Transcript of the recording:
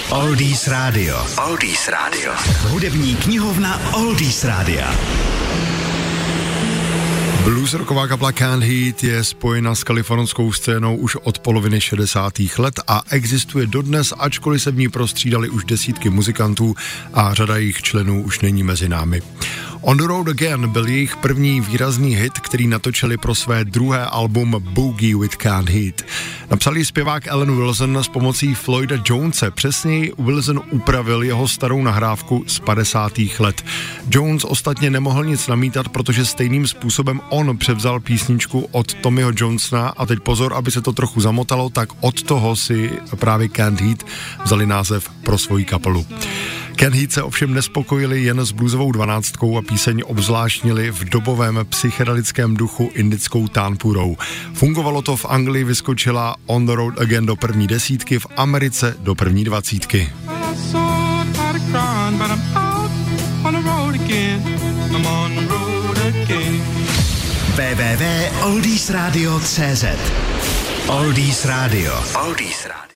Oldies Radio. Oldies Radio. Hudební knihovna Oldies Rádia. Bluesrocková kapela Canned Heat je spojena s kalifornskou scénou už od poloviny 60. let a existuje dodnes, ačkoliv se v ní prostřídali už desítky muzikantů a řada jejich členů už není mezi námi. On the Road Again byl jejich první výrazný hit, který natočili pro své druhé album Boogie with Canned Heat. Napsal ji zpěvák Alan Wilson s pomocí Floyda Jonese, přesněji Wilson upravil jeho starou nahrávku z 50. let. Jones ostatně nemohl nic namítat, protože stejným způsobem on převzal písničku od Tommyho Johnsona a teď pozor, aby se to trochu zamotalo, tak od toho si právě Canned Heat vzali název pro svoji kapelu. Canned Heat se ovšem nespokojili jen s bluesovou 12 a píseň obzvláštnili v dobovém psychedelickém duchu indickou tánpurou. Fungovalo to v Anglii, vyskočila On the Road Again do první desítky, v Americe do první 20. www.oldiesradio.cz Oldies Radio. Oldies Radio.